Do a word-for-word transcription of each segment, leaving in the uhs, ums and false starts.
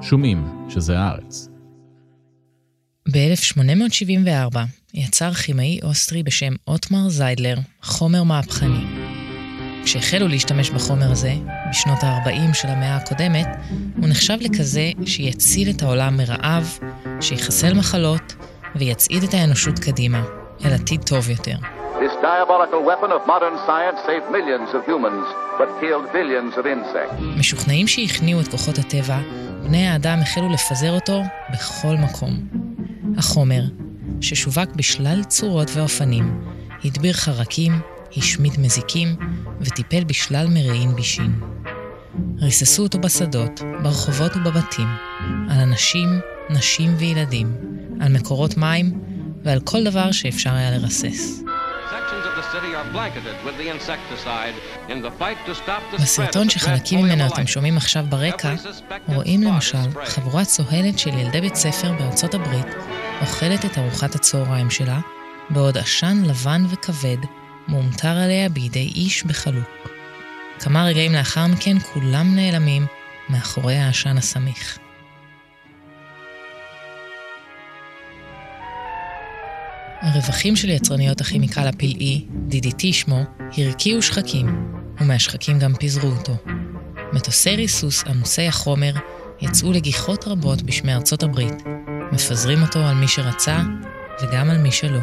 שומעים שזה הארץ. ב-אלף שמונה מאות שבעים וארבע יצר כימאי אוסטרי בשם אוטמר זיידלר חומר מהפכני. כשהחלו להשתמש בחומר הזה, בשנות ה-ארבעים של המאה הקודמת, הוא נחשב לכזה שיציל את העולם מרעב, שיחסל מחלות ויצעיד את האנושות קדימה, אל עתיד טוב יותר. This diabolical weapon of modern science saved millions of humans, but killed billions of insects. משוכנעים שהכניעו את כוחות הטבע, בני האדם החלו לפזר אותו בכל מקום. החומר, ששווק בשלל צורות ואופנים, הדביר חרקים, השמיד מזיקים וטיפל בשלל מרעין בישין. ריססו אותו בשדות, ברחובות ובבתים, על אנשים, נשים וילדים, על מקורות מים ועל כל דבר שאפשר היה לרסס. בסרטון שחלקים ממנו אתם שומעים עכשיו ברקע, רואים למשל חבורת צוהלת של ילדי בית ספר בארצות הברית אוכלת את ארוחת הצהריים שלה, בעוד עשן לבן וכבד מומטר עליה בידי איש בחלוק. כמה רגעים לאחר מכן כולם נעלמים מאחורי העשן הסמיך. הרווחים של יצרניות הכימיקל הפלאי, די די טי שמו, הרקיעו שחקים, ומהשחקים גם פיזרו אותו. מטוסי ריסוס עמוסי החומר יצאו לגיחות רבות בשמי ארצות הברית, מפזרים אותו על מי שרצה וגם על מי שלא.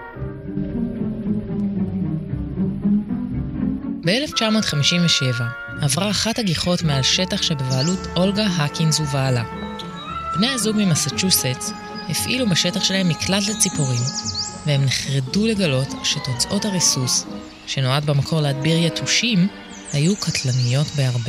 ב-אלף תשע מאות חמישים ושבע עברה אחת הגיחות מעל שטח שבבעלות אולגה הקינס ובעלה. בני הזוג ממסצ'וסטס הפעילו בשטח שלהם מקלט לציפורים, והם נחרדו לגלות שתוצאות הריסוס, שנועד במקור להדביר יתושים, היו קטלניות בהרבה.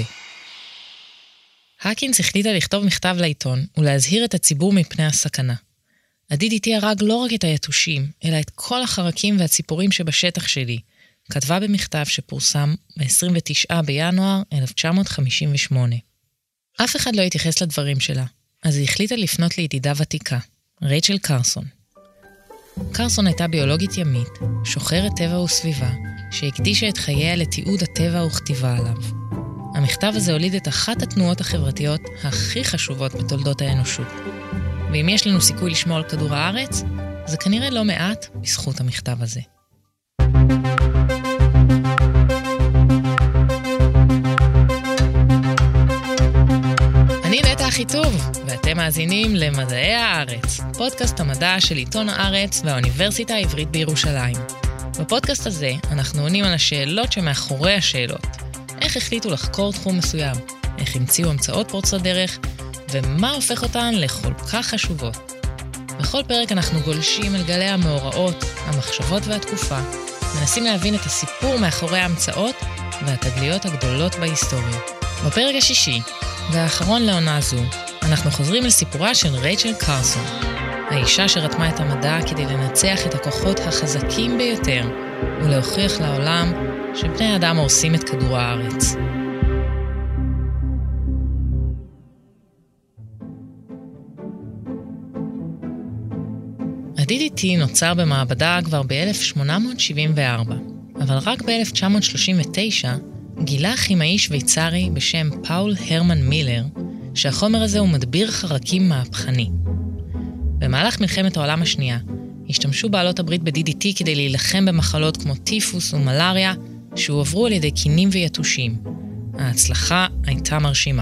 הקינס החליטה לכתוב מכתב לעיתון ולהזהיר את הציבור מפני הסכנה. ה-די די טי הרג לא רק את היתושים, אלא את כל החרקים והציפורים שבשטח שלי, כתבה במכתב שפורסם ב-עשרים ותשעה בינואר אלף תשע מאות חמישים ושמונה. אף אחד לא התייחס לדברים שלה, אז היא החליטה לפנות לידידה ותיקה, רייצ'ל קרסון. קרסון הייתה ביולוגית ימית, שוחרת טבע וסביבה, שהקדישה את חייה לתיעוד הטבע וכתיבה עליו. המכתב הזה הוליד את אחת התנועות החברתיות הכי חשובות בתולדות האנושות. ואם יש לנו סיכוי לשמור על כדור הארץ, זה כנראה לא מעט בזכות המכתב הזה. אני נטע הכי טוב, ואתם מאזינים למדעי הארץ, פודקאסט המדע של עיתון הארץ והאוניברסיטה העברית בירושלים. בפודקאסט הזה אנחנו עונים על השאלות שמאחורי השאלות. איך החליטו לחקור תחום מסוים, איך המציאו המצאות פורצות דרך, ומה הופך אותן לכל כך חשובות. בכל פרק אנחנו גולשים אל גלי המאורעות, המחשבות והתקופה, מנסים להבין את הסיפור מאחורי ההמצאות והתגליות הגדולות בהיסטוריה. בפרק השישי, והאחרון לעונה זו, אנחנו חוזרים אל סיפורה של רייצ'ל קרסון, האישה שרתמה את המדע כדי לנצח את הכוחות החזקים ביותר ולהוכיח לעולם שבני האדם הורסים את כדור הארץ. ה-די די טי נוצר במעבדה כבר ב-אלף שמונה מאות שבעים וארבע, אבל רק ב-אלף תשע מאות שלושים ותשע גילה כימאי שוויצרי בשם פאול הרמן מילר שהחומר הזה הוא מדביר חרקים מהפכני. במהלך מלחמת העולם השנייה השתמשו בעלות הברית ב-די די טי כדי להילחם במחלות כמו טיפוס ומלריה שהועברו על ידי קינים ויתושים. ההצלחה הייתה מרשימה.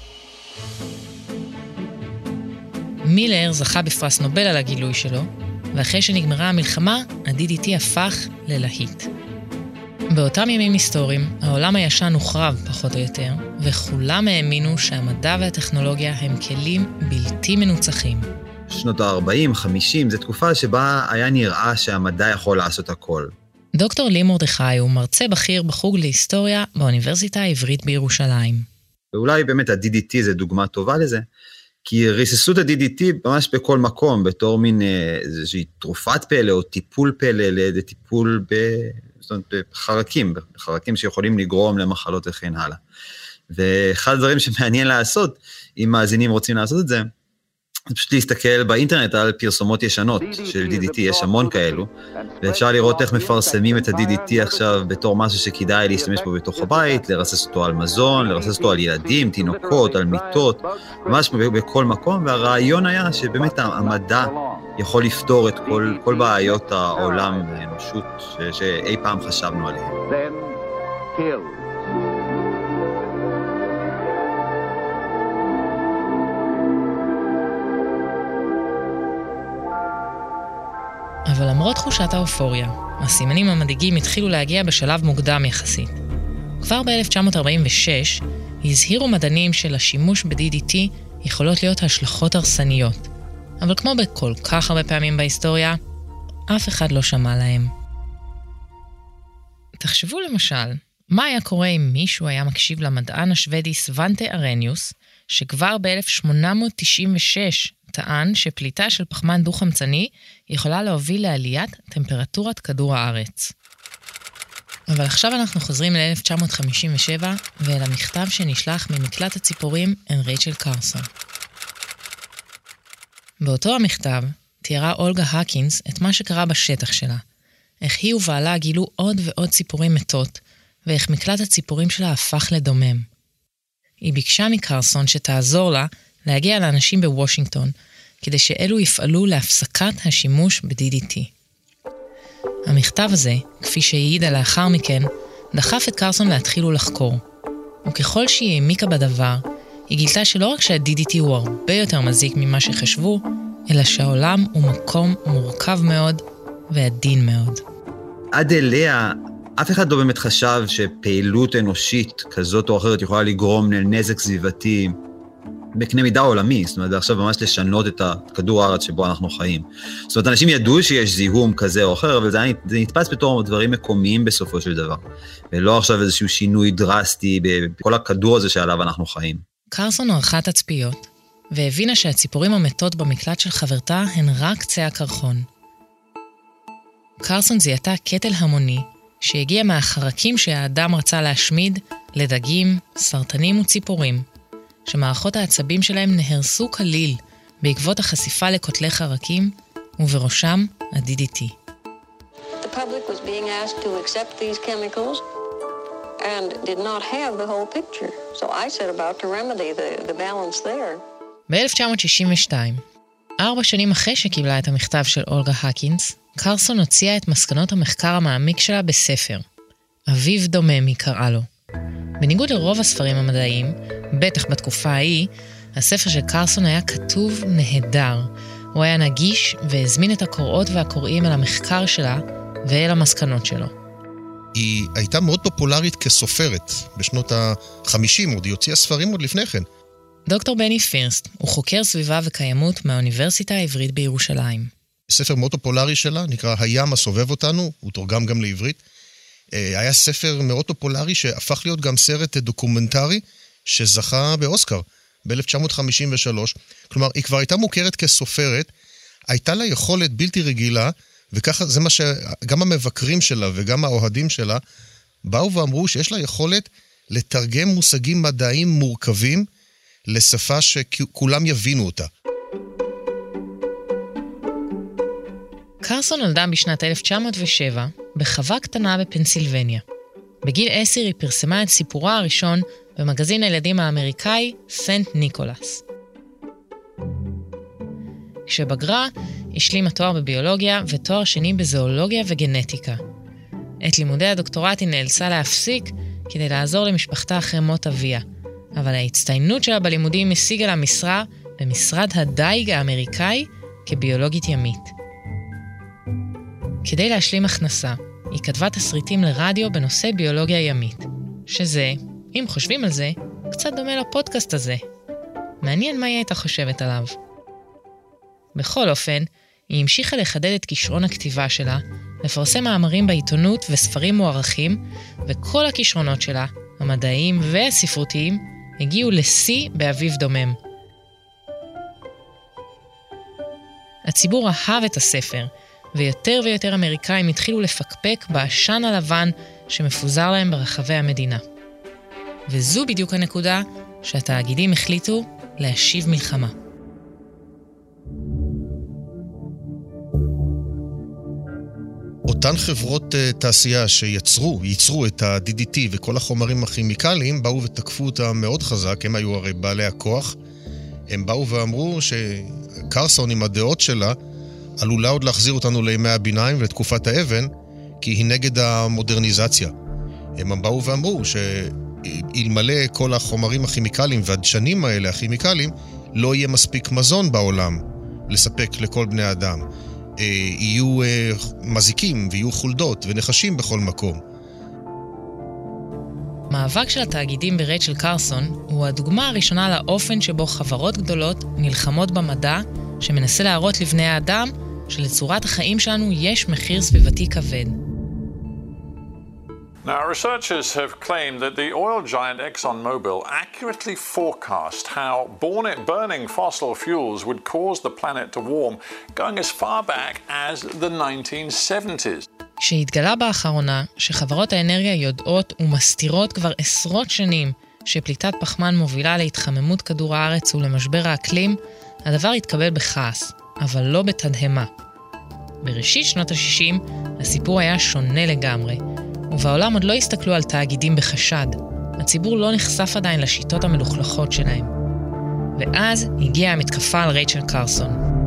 מילר זכה בפרס נובל על הגילוי שלו, ואחרי שנגמרה המלחמה, ה-די די טי הפך ללהיט. באותם ימים היסטוריים, העולם הישן הוחרב פחות או יותר, וכולם האמינו שהמדע והטכנולוגיה הם כלים בלתי מנוצחים. שנות ה-ארבעים, חמישים, זו תקופה שבה היה נראה שהמדע יכול לעשות הכל. דוקטור לי מרדכי הוא מרצה בכיר בחוג להיסטוריה באוניברסיטה העברית בירושלים. ואולי באמת ה-די די טי זה דוגמה טובה לזה, כי ריססו את ה-די די טי ממש בכל מקום, בתור מין איזושהי תרופת פלא או טיפול פלא, לטיפול ב... זאת אומרת, בחרקים, בחרקים שיכולים לגרום למחלות וכן הלאה. ואחד הדברים שמעניין לעשות, אם מאזינים רוצים לעשות את זה, פשוט להסתכל באינטרנט על פרסומות ישנות של די די טי, יש המון כאלו, ואפשר לראות איך מפרסמים את ה-די די טי עכשיו בתור משהו שכדאי להשתמש בו בתוך הבית, לרסס אותו על מזון, לרסס אותו על ילדים, תינוקות, על מיטות, ממש בכל מקום, והרעיון היה שבאמת המדע יכול לפתור את כל, כל בעיות העולם האנושות ש- שאי פעם חשבנו עליהן. then kills. אבל למרות תחושת האופוריה, הסימנים המדאיגים התחילו להגיע בשלב מוקדם יחסית. כבר ב-אלף תשע מאות ארבעים ושש הזהירו מדענים שלשימוש ב-די די טי יכולות להיות השלכות הרסניות. אבל כמו בכל כך הרבה פעמים בהיסטוריה, אף אחד לא שמע להם. תחשבו למשל, מה היה קורה אם מישהו היה מקשיב למדען השוודי סוונטה ארניוס, שכבר ב-אלף שמונה מאות תשעים ושש טען שפליטה של פחמן דו-חמצני יכולה להוביל לעליית טמפרטורת כדור הארץ. אבל עכשיו אנחנו חוזרים ל-אלף תשע מאות חמישים ושבע ואל המכתב שנשלח ממקלט הציפורים אל רייצ'ל קרסון. באותו המכתב תיארה אולגה הקינס את מה שקרה בשטח שלה, איך היא ובעלה גילו עוד ועוד ציפורים מתות, ואיך מקלט הציפורים שלה הפך לדומם. היא ביקשה מקרסון שתעזור לה להגיע לאנשים בוושינגטון, כדי שאלו יפעלו להפסקת השימוש ב-די די טי. המכתב הזה, כפי שהעידה לאחר מכן, דחף את קרסון להתחילו לחקור. וככל שהיא העמיקה בדבר, היא גילתה שלא רק שה-די די טי הוא הרבה יותר מזיק ממה שחשבו, אלא שהעולם הוא מקום מורכב מאוד ועדין מאוד. עד אליה, אף אחד לא באמת חשב שפעילות אנושית כזאת או אחרת יכולה לגרום לנזק סביבתי בקנה מידה עולמי, זאת אומרת, עכשיו ממש לשנות את כדור הארץ שבו אנחנו חיים. זאת אומרת, אנשים ידעו שיש זיהום כזה או אחר, אבל זה, זה נתפס בתור דברים מקומיים בסופו של דבר, ולא עכשיו איזשהו שינוי דרסטי בכל הכדור הזה שעליו אנחנו חיים. קרסון ערכה תצפיות, והבינה שהציפורים המתות במקלט של חברתה הן רק קצה הקרחון. קרסון זיהתה קטל המוני, שהגיע מהחרקים שהאדם רצה להשמיד לדגים, סרטנים וציפורים, שמערכות העצבים שלהם נהרסו כליל בעקבות החשיפה לקוטלי חרקים, ובראשם ה-די די טי. The public was being asked to accept these chemicals and did not have the whole picture. So I set about to remedy the, the balance there. ב-אלף תשע מאות שישים ושתיים, ארבע שנים אחרי שקיבלה את המכתב של אולגה הקינס, קרסון הוציאה את מסקנות המחקר המעמיק שלה בספר. אביב דומם היא קראה לו. בניגוד לרוב הספרים המדעיים, בטח בתקופה ההיא, הספר של קרסון היה כתוב נהדר. הוא היה נגיש והזמין את הקוראות והקוראים אל המחקר שלה ואל המסקנות שלו. היא הייתה מאוד פופולרית כסופרת. בשנות ה-חמישים עוד היא הוציאה ספרים עוד לפני כן. דוקטור בני פירסט הוא חוקר סביבה וקיימות מהאוניברסיטה העברית בירושלים. ספר מאוד פופולרי שלה נקרא הים הסובב אותנו, הוא תורגם גם לעברית. היה ספר מאוד פופולרי שהפך להיות גם סרט דוקומנטרי שזכה באוסקר ב-אלף תשע מאות חמישים ושלוש. כלומר, היא כבר הייתה מוכרת כסופרת, הייתה לה יכולת בלתי רגילה, וככה זה מה שגם המבקרים שלה וגם האוהדים שלה באו ואמרו שיש לה יכולת לתרגם מושגים מדעיים מורכבים לשפה שכולם יבינו אותה. קרסון נולדה בשנת אלף תשע מאות ושבע בחווה קטנה בפנסילבניה. בגיל עשר היא פרסמה את סיפורה הראשון במגזין הילדים האמריקאי סנט ניקולס. כשבגרה, השלימה תואר בביולוגיה ותואר שני בזואולוגיה וגנטיקה. את לימודי הדוקטורט היא נאלצה להפסיק כדי לעזור למשפחתה אחרי מות אביה, אבל ההצטיינות שלה בלימודים השיגה לה משרה במשרד הדייג האמריקאי כביולוגית ימית. כדי להשלים הכנסה, היא כתבה תסריטים לרדיו בנושא ביולוגיה ימית, שזה, אם חושבים על זה, קצת דומה לפודקאסט הזה. מעניין מה היא הייתה חושבת עליו. בכל אופן, היא המשיכה לחדד את כישרון הכתיבה שלה, לפרסם מאמרים בעיתונות וספרים מוערכים, וכל הכישרונות שלה, המדעיים והספרותיים, הגיעו לשיא באביב דומם. הציבור אהב את הספר, ויותר ויותר אמריקאים התחילו לפקפק בעשן הלבן שמפוזר להם ברחבי המדינה. וזו בדיוק הנקודה שהתאגידים החליטו להשיב מלחמה. אותן חברות uh, תעשייה שיצרו, ייצרו את ה-די די טי וכל החומרים הכימיקליים, באו ותקפו אותם מאוד חזק, הם היו הרי בעלי הכוח, הם באו ואמרו שקרסון עם הדעות שלה, עלולה עוד להחזיר אותנו לימי הביניים ולתקופת האבן, כי היא נגד המודרניזציה. הם באו ואמרו שאלמלא כל החומרים הכימיקליים והדשנים האלה, הכימיקליים, לא יהיה מספיק מזון בעולם לספק לכל בני אדם. יהיו מזיקים ויהיו חולדות ונחשים בכל מקום. מאבק של התאגידים ברייצ'ל קרסון הוא הדוגמה הראשונה לאופן שבו חברות גדולות נלחמות במדע שמנסה להראות לבני האדם שלצורת החיים שלנו יש מחיר סביבתי כבד. Now, researchers have claimed that the oil giant ExxonMobil accurately forecast how burning fossil fuels would cause the planet to warm, going as far back as the nineteen seventies. שהתגלה באחרונה שחברות האנרגיה יודעות ומסתירות כבר עשרות שנים שפליטת פחמן מובילה להתחממות כדור הארץ ולמשבר האקלים, הדבר התקבל בכעס, אבל לא בתדהמה. בראשית שנות ה-שישים הסיפור היה שונה לגמרי, ובעולם עוד לא הסתכלו על תאגידים בחשד. הציבור לא נחשף עדיין לשיטות המלוכלכות שלהם. ואז הגיעה המתקפה על רייצ'ל קרסון.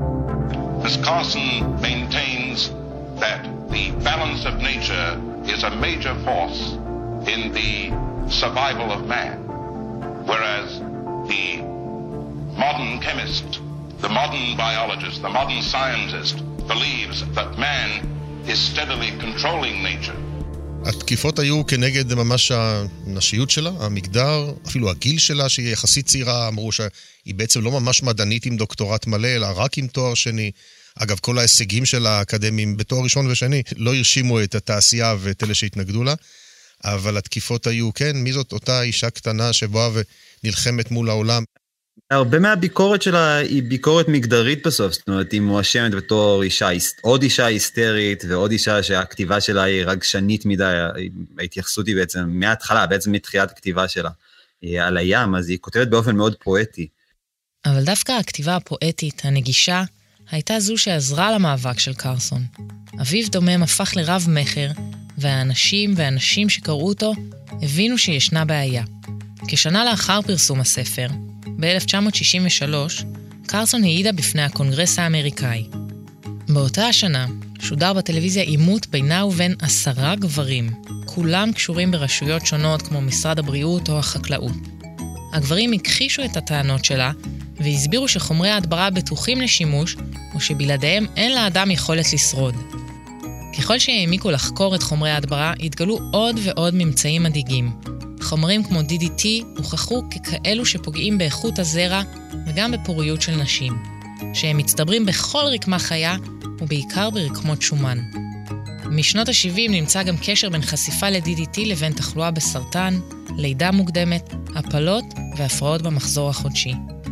Miss Carson maintains that the balance of nature is a major force in the survival of man, whereas the modern chemist, the modern biologist, the modern scientist believes that man is steadily controlling nature. התקיפות היו כנגד ממש הנשיות שלה, המגדר, אפילו הגיל שלה שהיא יחסית צעירה, אמרו שהיא בעצם לא ממש מדענית עם דוקטורט מלא, אלא רק עם תואר שני. אגב, כל ההישגים של האקדמיים בתואר ראשון ושני לא הרשימו את התעשייה ואת אלה שהתנגדו לה, אבל התקיפות היו, כן, מי זאת אותה אישה קטנה שבואה ונלחמת מול העולם. הרבה מהביקורת שלה היא ביקורת מגדרית בסוף, זאת אומרת, היא מואשמת בתור אישה, עוד אישה היסטרית, ועוד אישה שהכתיבה שלה היא רגשנית מדי, ההתייחסות היא בעצם מההתחלה, בעצם מתחילת הכתיבה שלה, על הים, אז היא כותבת באופן מאוד פואטי. אבל דווקא הכתיבה הפואטית, הנגישה, הייתה זו שעזרה למאבק של קרסון. אביו דומם הפך לרב מחר, והאנשים והאנשים שקראו אותו הבינו שישנה בעיה. כשנה לאחר פרסום הספר, ב-אלף תשע מאות שישים ושלוש, קרסון העידה בפני הקונגרס האמריקאי. באותה השנה שודר בטלוויזיה עימות בינה ובין עשרה גברים, כולם קשורים ברשויות שונות כמו משרד הבריאות או החקלאות. הגברים הכחישו את הטענות שלה והסבירו שחומרי ההדברה בטוחים לשימוש או שבלעדיהם אין לאדם יכולת לשרוד. ככל שהעמיקו לחקור את חומרי ההדברה, התגלו עוד ועוד ממצאים מדאיגים. חומרים כמו די די טי הוכחו ככאלו שפוגעים באיכות הזרע וגם בפוריות של נשים, שהם מצטברים בכל רקמה חיה ובעיקר ברקמות שומן. משנות ה-שבעים נמצא גם קשר בין חשיפה ל-די די טי לבין תחלואה בסרטן, לידה מוקדמת, הפלות והפרעות במחזור החודשי.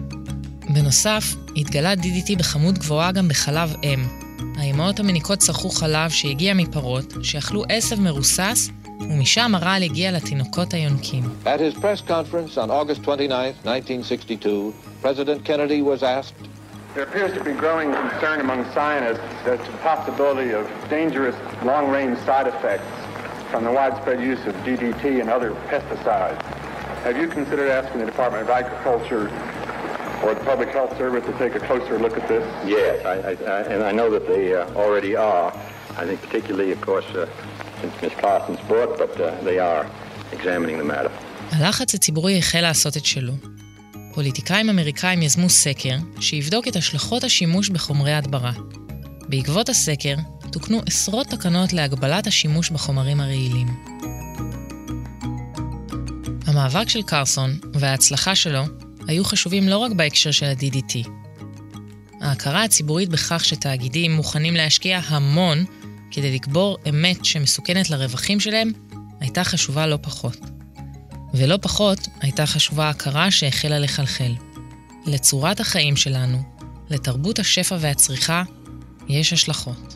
בנוסף, התגלה די די טי בכמות גבוהה גם בחלב אם. האימהות המניקות צרכו חלב שהגיע מפרות, שאכלו עשב מרוסס, ומשם הרעל הגיע לתינוקות היונקים. At his press conference on August twenty-ninth, nineteen sixty-two, President Kennedy was asked, There appears to be growing concern among scientists as to the possibility of dangerous long-range side effects from the widespread use of D D T and other pesticides. Have you considered asking the Department of Agriculture or the Public Health Service to take a closer look at this? Yes, I, I, I, and I know that they uh, already are. I think particularly, of course, uh, since Miz Carson's book, but uh, they are examining the matter. הלחץ הציבורי החל לעשות את שלו. פוליטיקאים אמריקאים יזמו סקר שיבדוק את השלכות השימוש בחומרי הדברה. בעקבות הסקר תוקנו עשרות תקנות להגבלת השימוש בחומרים הרעילים. המאבק של קרסון וההצלחה שלו היו חשובים לא רק בהקשר של ה-די די טי. ההכרה הציבורית בכך שתאגידים מוכנים להשקיע המון כדי לקבור אמת שמסוכנת לרווחים שלהם הייתה חשובה לא פחות. ולא פחות הייתה חשובה הכרה שהחלה לחלחל. לצורת החיים שלנו, לתרבות השפע והצריכה, יש השלכות.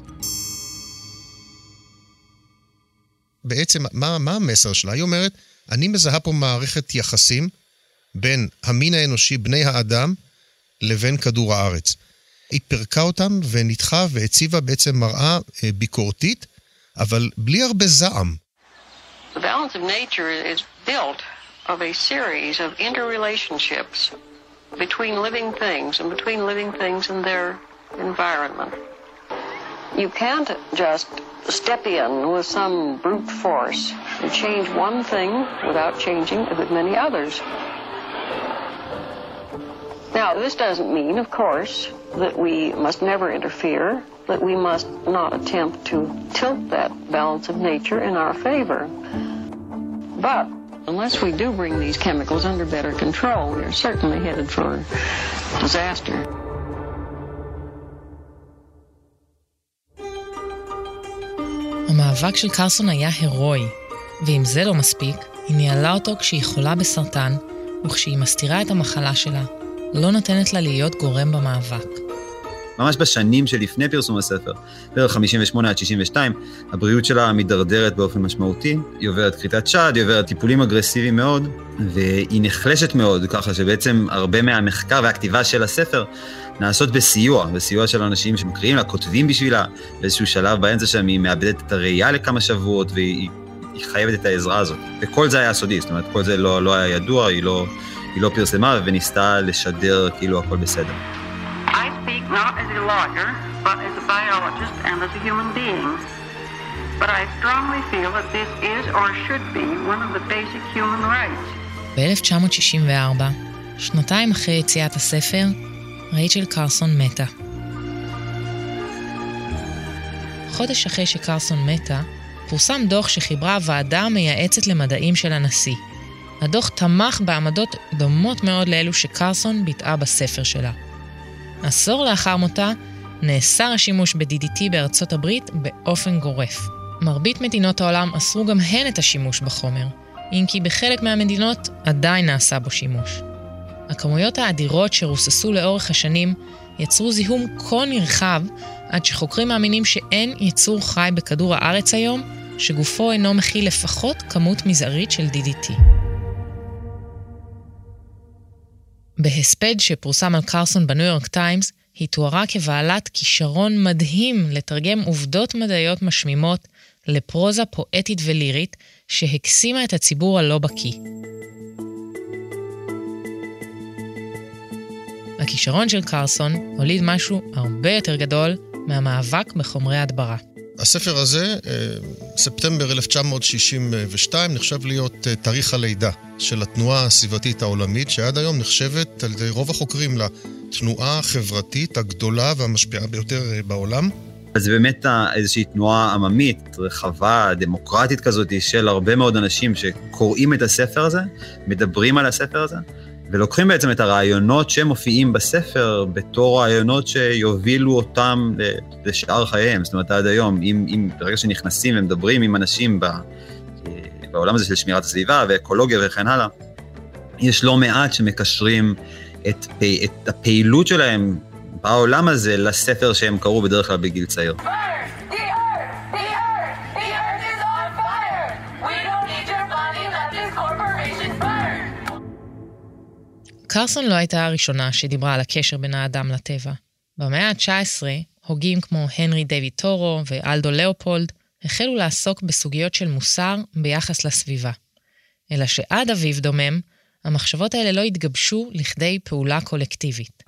בעצם, מה, מה המסר שלה? היא אומרת, אני מזהה פה מערכת יחסים בין המין האנושי, בני האדם, לבין כדור הארץ. היא פרקה אותם ונתחה והציבה בעצם מראה ביקורתית אבל בלי הרבה זעם. The balance of nature is built of a series of interrelationships between living things and between living things and their environment. You can't just step in with some brute force and change one thing without changing a good many others. Now, this doesn't mean, of course, that we must never interfere, that we must not attempt to tilt that balance of nature in our favor. But unless we do bring these chemicals under better control, we are certainly headed for disaster. המאבק של קרסון היה הירואי, ואם זה לא מספיק, היא ניהלה אותו כשהיא חולה בסרטן, וכשהיא מסתירה את המחלה שלה, לא נותנת לה להיות גורם במאבק. ממש בשנים שלפני פרסום הספר, בערך חמישים ושמונה עד שישים ושתיים, הבריאות שלה מתדרדרת באופן משמעותי, היא עוברת כריתת שד, היא עוברת טיפולים אגרסיביים מאוד, והיא נחלשת מאוד, ככה שבעצם הרבה מהמחקר והכתיבה של הספר נעשות בסיוע, בסיוע של אנשים שמקריאים לה, כותבים בשבילה, באיזשהו שלב באמצע שם היא מאבדת את הראייה לכמה שבועות, והיא חייבת את העזרה הזאת. וכל זה היה סודי, זאת אומרת, כל זה לא, לא היה ידוע, היא לא, היא לא פרסמה, וניסתה לשדר כאילו הכל בסדר. I speak not as a lawyer, but as a biologist and as a human being. But I strongly feel that this is or should be one of the basic human rights. ב-אלף תשע מאות שישים וארבע, שנתיים אחרי יציאת הספר, רייצ'ל קרסון מתה. חודש אחרי שקרסון מתה, פורסם דוח שחיברה הוועדה המייעצת למדעים של הנשיא. הדוח תמך בעמדות דומות מאוד לאלו שקרסון ביטאה בספר שלה. עשור לאחר מותה, נאסר השימוש ב-די די טי בארצות הברית באופן גורף. מרבית מדינות העולם אסרו גם הן את השימוש בחומר, אם כי בחלק מהמדינות עדיין נעשה בו שימוש. הכמויות האדירות שרוססו לאורך השנים יצרו זיהום כה נרחב, עד שחוקרים מאמינים שאין יצור חי בכדור הארץ היום, שגופו אינו מכיל לפחות כמות מזערית של די די טי. בהספד שפורסם על קרסון בניו יורק טיימס, היא תוארה כבעלת כישרון מדהים לתרגם עובדות מדעיות משמימות לפרוזה פואטית ולירית שהקסימה את הציבור הלא בקיא. הכישרון של קרסון הוליד משהו הרבה יותר גדול מהמאבק בחומרי הדברה. הספר הזה, ספטמבר אלף תשע מאות שישים ושתיים, נחשב להיות תאריך הלידה של התנועה הסביבתית העולמית, שעד היום נחשבת על ידי רוב החוקרים לתנועה החברתית הגדולה והמשפיעה ביותר בעולם. אז זה באמת איזושהי תנועה עממית, רחבה, דמוקרטית כזאת, של הרבה מאוד אנשים שקוראים את הספר הזה, מדברים על הספר הזה, ולוקחים בעצם את הרעיונות שמופיעים בספר בתור רעיונות שיובילו אותם לשאר חייהם. זאת אומרת, עד היום, אם, אם ברגע שנכנסים ומדברים עם אנשים בעולם הזה של שמירת הסביבה ואקולוגיה וכן הלאה, יש לא מעט שמקשרים את, את הפעילות שלהם בעולם הזה לספר שהם קראו בדרך כלל בגיל צעיר. קרסון לא הייתה הראשונה שדיברה על הקשר בין האדם לטבע. במאה ה-תשע עשרה, הוגים כמו הנרי דיוויד תורו ואלדו לאופולד החלו לעסוק בסוגיות של מוסר ביחס לסביבה. אלא שעד אביב דומם, המחשבות האלה לא התגבשו לכדי פעולה קולקטיבית.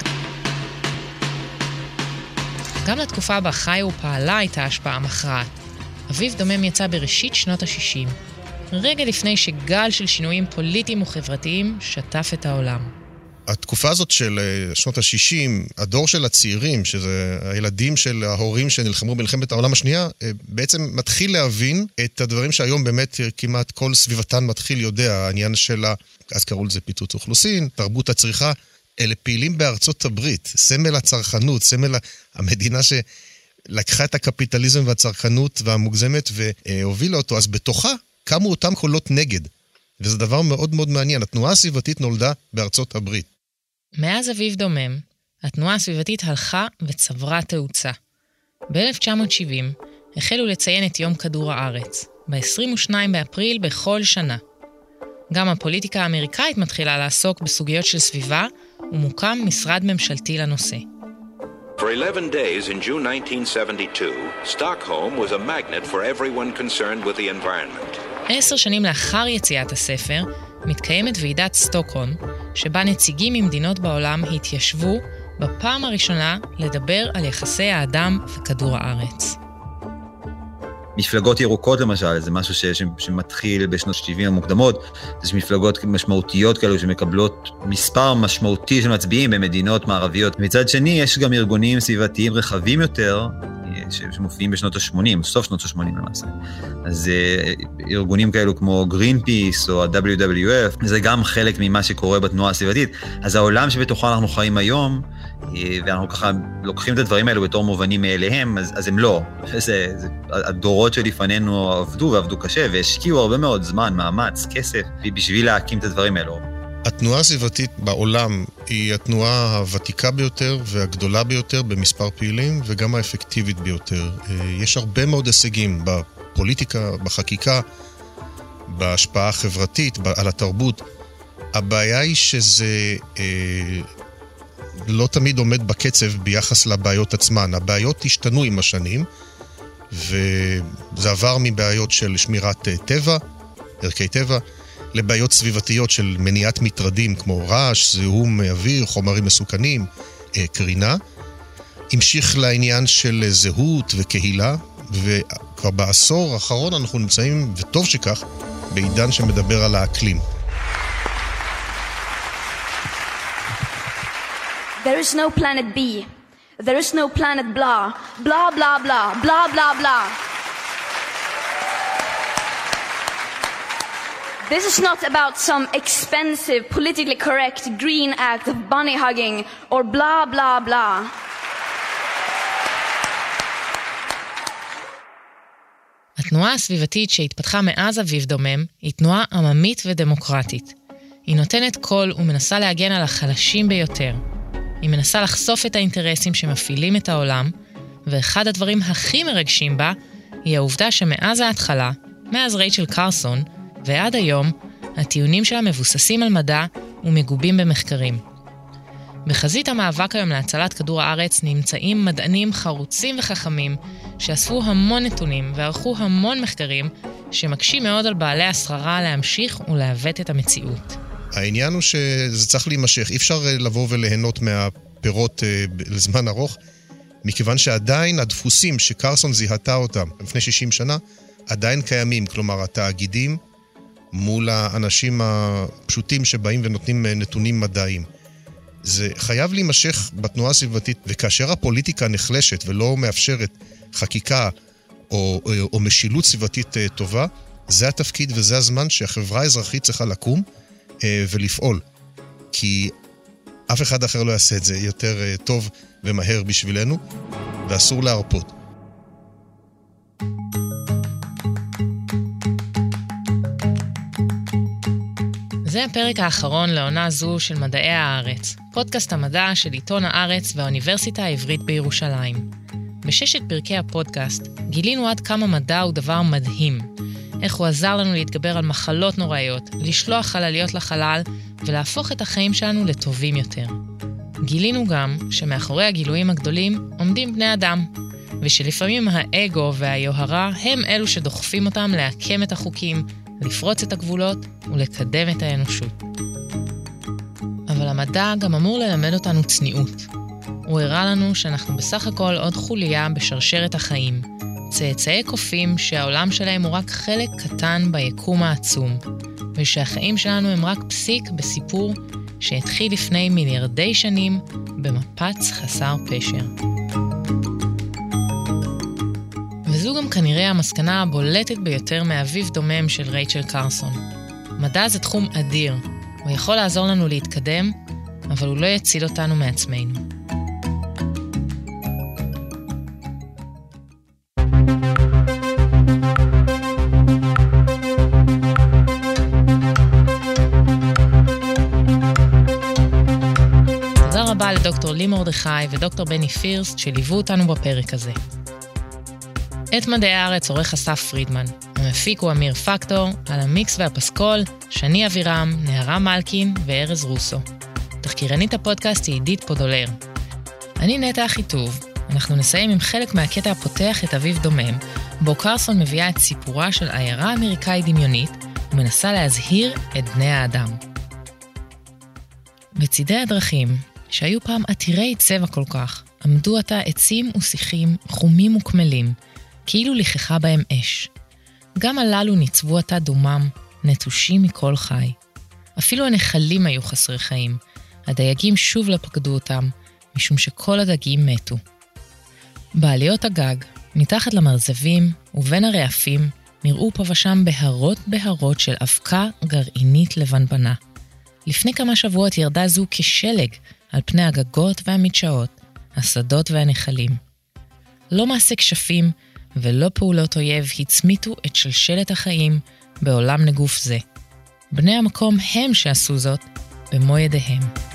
גם לתקופה בה חיה ופעלה הייתה השפעה מכרעת. אביב דומם יצא בראשית שנות ה-שישים, רגע לפני שגל של שינויים פוליטיים וחברתיים שטף את העולם. התקופה הזאת של שנות ה-שישים, הדור של הצעירים, שזה הילדים של ההורים שנלחמו במלחמת העולם השנייה, בעצם מתחיל להבין את הדברים שהיום באמת כמעט כל סביבתן מתחיל יודע, העניין של, אז קראו לזה פיצוץ אוכלוסין, תרבות הצריכה, אלה פעילים בארצות הברית, סמל הצרכנות, סמל המדינה שלקחה את הקפיטליזם והצרכנות והמוגזמת והובילה אותו, אז בתוכה קמו אותם קולות נגד, וזה דבר מאוד מאוד מעניין. התנועה הסביבתית נולדה בארצות הברית. מאז אביב דומם, התנועה הסביבתית הלכה וצברה תאוצה. ב-אלף תשע מאות שבעים החלו לציין את יום כדור הארץ, ב-עשרים ושניים באפריל בכל שנה. גם הפוליטיקה האמריקאית מתחילה לעסוק בסוגיות של סביבה, ומוקם משרד ממשלתי לנושא. For eleven days in June nineteen seventy-two, Stockholm was a magnet for everyone concerned with the environment. עשר שנים לאחר יציאת הספר, מתקיימת ועידת סטוקהולם, שבה נציגים ממדינות בעולם התיישבו בפעם הראשונה לדבר על יחסי האדם וכדור הארץ. מפלגות ירוקות למשל, זה משהו ש, ש, שמתחיל בשנות ה-שבעים המוקדמות, יש מפלגות משמעותיות כאלו שמקבלות מספר משמעותי של מצביעים במדינות מערביות. מצד שני, יש גם ארגונים סביבתיים רחבים יותר, ש, שמופיעים בשנות ה-שמונים, סוף שנות ה-שמונים למעשה. אז ארגונים כאלו כמו גרינפיס או ה-דאבליו דאבליו אף, זה גם חלק ממה שקורה בתנועה הסביבתית. אז העולם שבתוכו אנחנו חיים היום, ואנחנו ככה לוקחים את הדברים האלו בתור מובנים מאליהם, אז, אז הם לא. זה, זה, הדורות שלפנינו עבדו ועבדו קשה, והשקיעו הרבה מאוד זמן, מאמץ, כסף, בשביל להקים את הדברים האלו. התנועה הסביבתית בעולם היא התנועה הוותיקה ביותר והגדולה ביותר במספר פעילים, וגם האפקטיבית ביותר. יש הרבה מאוד הישגים בפוליטיקה, בחקיקה, בהשפעה החברתית, על התרבות. הבעיה היא שזה לא תמיד עומד בקצב ביחס לבעיות עצמן. הבעיות השתנו עם השנים, וזה עבר מבעיות של שמירת טבע, ערכי טבע, לבעיות סביבתיות של מניעת מטרדים כמו רעש, זיהום אוויר, חומרים מסוכנים, קרינה. המשיך לעניין של זהות וקהילה, וכבר בעשור האחרון אנחנו נמצאים, וטוב שכך, בעידן שמדבר על האקלים. There is no planet B. There is no planet blah. Blah, blah, blah. Blah, blah, blah. This is not about some expensive, politically correct green act of bunny hugging or blah, blah, blah. התנועה הסביבתית שהתפתחה מאז אביב דומם היא תנועה עממית ודמוקרטית. היא נותנת קול ומנסה להגן על החלשים ביותר. היא מנסה לחשוף את האינטרסים שמפעילים את העולם, ואחד הדברים הכי מרגשים בה היא העובדה שמאז ההתחלה, מאז רייצ'ל קרסון, ועד היום, הטיעונים שלה מבוססים על מדע ומגובים במחקרים. בחזית המאבק היום להצלת כדור הארץ נמצאים מדענים חרוצים וחכמים שאספו המון נתונים וערכו המון מחקרים שמקשים מאוד על בעלי השררה להמשיך ולהוות את המציאות. העניין הוא שזה צריך להימשך, אי אפשר לבוא וליהנות מהפירות לזמן ארוך, מכיוון שעדיין הדפוסים שקרסון זיהתה אותם לפני שישים שנה, עדיין קיימים, כלומר התאגידים מול האנשים הפשוטים שבאים ונותנים נתונים מדעיים. זה חייב להימשך בתנועה הסביבתית, וכאשר הפוליטיקה נחלשת ולא מאפשרת חקיקה או, או, או משילות סביבתית טובה, זה התפקיד וזה הזמן שהחברה האזרחית צריכה לקום ולפעול, כי אף אחד אחר לא יעשה את זה יותר טוב ומהר בשבילנו, ואסור להרפות. זה הפרק האחרון לעונה זו של מדעי הארץ, פודקאסט המדע של עיתון הארץ והאוניברסיטה העברית בירושלים. בששת פרקי הפודקאסט גילינו עד כמה מדע הוא דבר מדהים, איך הוא עזר לנו להתגבר על מחלות נוראיות, לשלוח חלליות לחלל ולהפוך את החיים שלנו לטובים יותר. גילינו גם שמאחורי הגילויים הגדולים עומדים בני אדם, ושלפעמים האגו והיוהרה הם אלו שדוחפים אותם להקם את החוקים, לפרוץ את הגבולות ולקדם את האנושות. אבל המדע גם אמור ללמד אותנו צניעות. הוא הראה לנו שאנחנו בסך הכל עוד חוליה בשרשרת החיים, צאצאי קופים שהעולם שלהם הוא רק חלק קטן ביקום העצום, ושהחיים שלנו הם רק פסיק בסיפור שהתחיל לפני מיליארדי שנים במפץ חסר פשר. וזו גם כנראה המסקנה הבולטת ביותר מאביב דומם של רייצ'ל קרסון. מדע זה תחום אדיר, הוא יכול לעזור לנו להתקדם, אבל הוא לא יציל אותנו מעצמנו. תודה רבה לדוקטור לי מרדכי ודוקטור בני פירסט שליוו אותנו בפרק הזה. את מדעי הארץ עורך אסף פרידמן, המפיק הוא אמיר פקטור, על המיקס והפסקול, שני אבירם, נהרה מלכין וארז רוסו. תחקירנית הפודקאסט היא עידית פודולר. אני נטע אחיטוב. אנחנו נסיים עם חלק מהקטע הפותח את אביב דומם, בו קרסון מביאה את סיפורה של עיירה אמריקאית דמיונית ומנסה להזהיר את בני האדם. בצידי הדרכים, שהיו פעם עתירי צבע כל כך, עמדו עתה עצים ושיחים, חומים וכמלים, כאילו לכחה בהם אש. גם הללו ניצבו עתה דומם, נטושים מכל חי. אפילו הנחלים היו חסרי חיים. הדייגים שוב לא פקדו אותם, משום שכל הדגים מתו. בעליות הגג, מתחת למרזבים ובין הרעפים, נראו פה ושם בהרות בהרות של אבקה גרעינית לבנבנה. לפני כמה שבועות ירדה זו כשלג על פני הגגות והמדשאות, השדות והנחלים. לא מעשה כשפים ולא פעולות אויב הצמיתו את שלשלת החיים בעולם נגוף זה. בני המקום הם שעשו זאת במו ידיהם.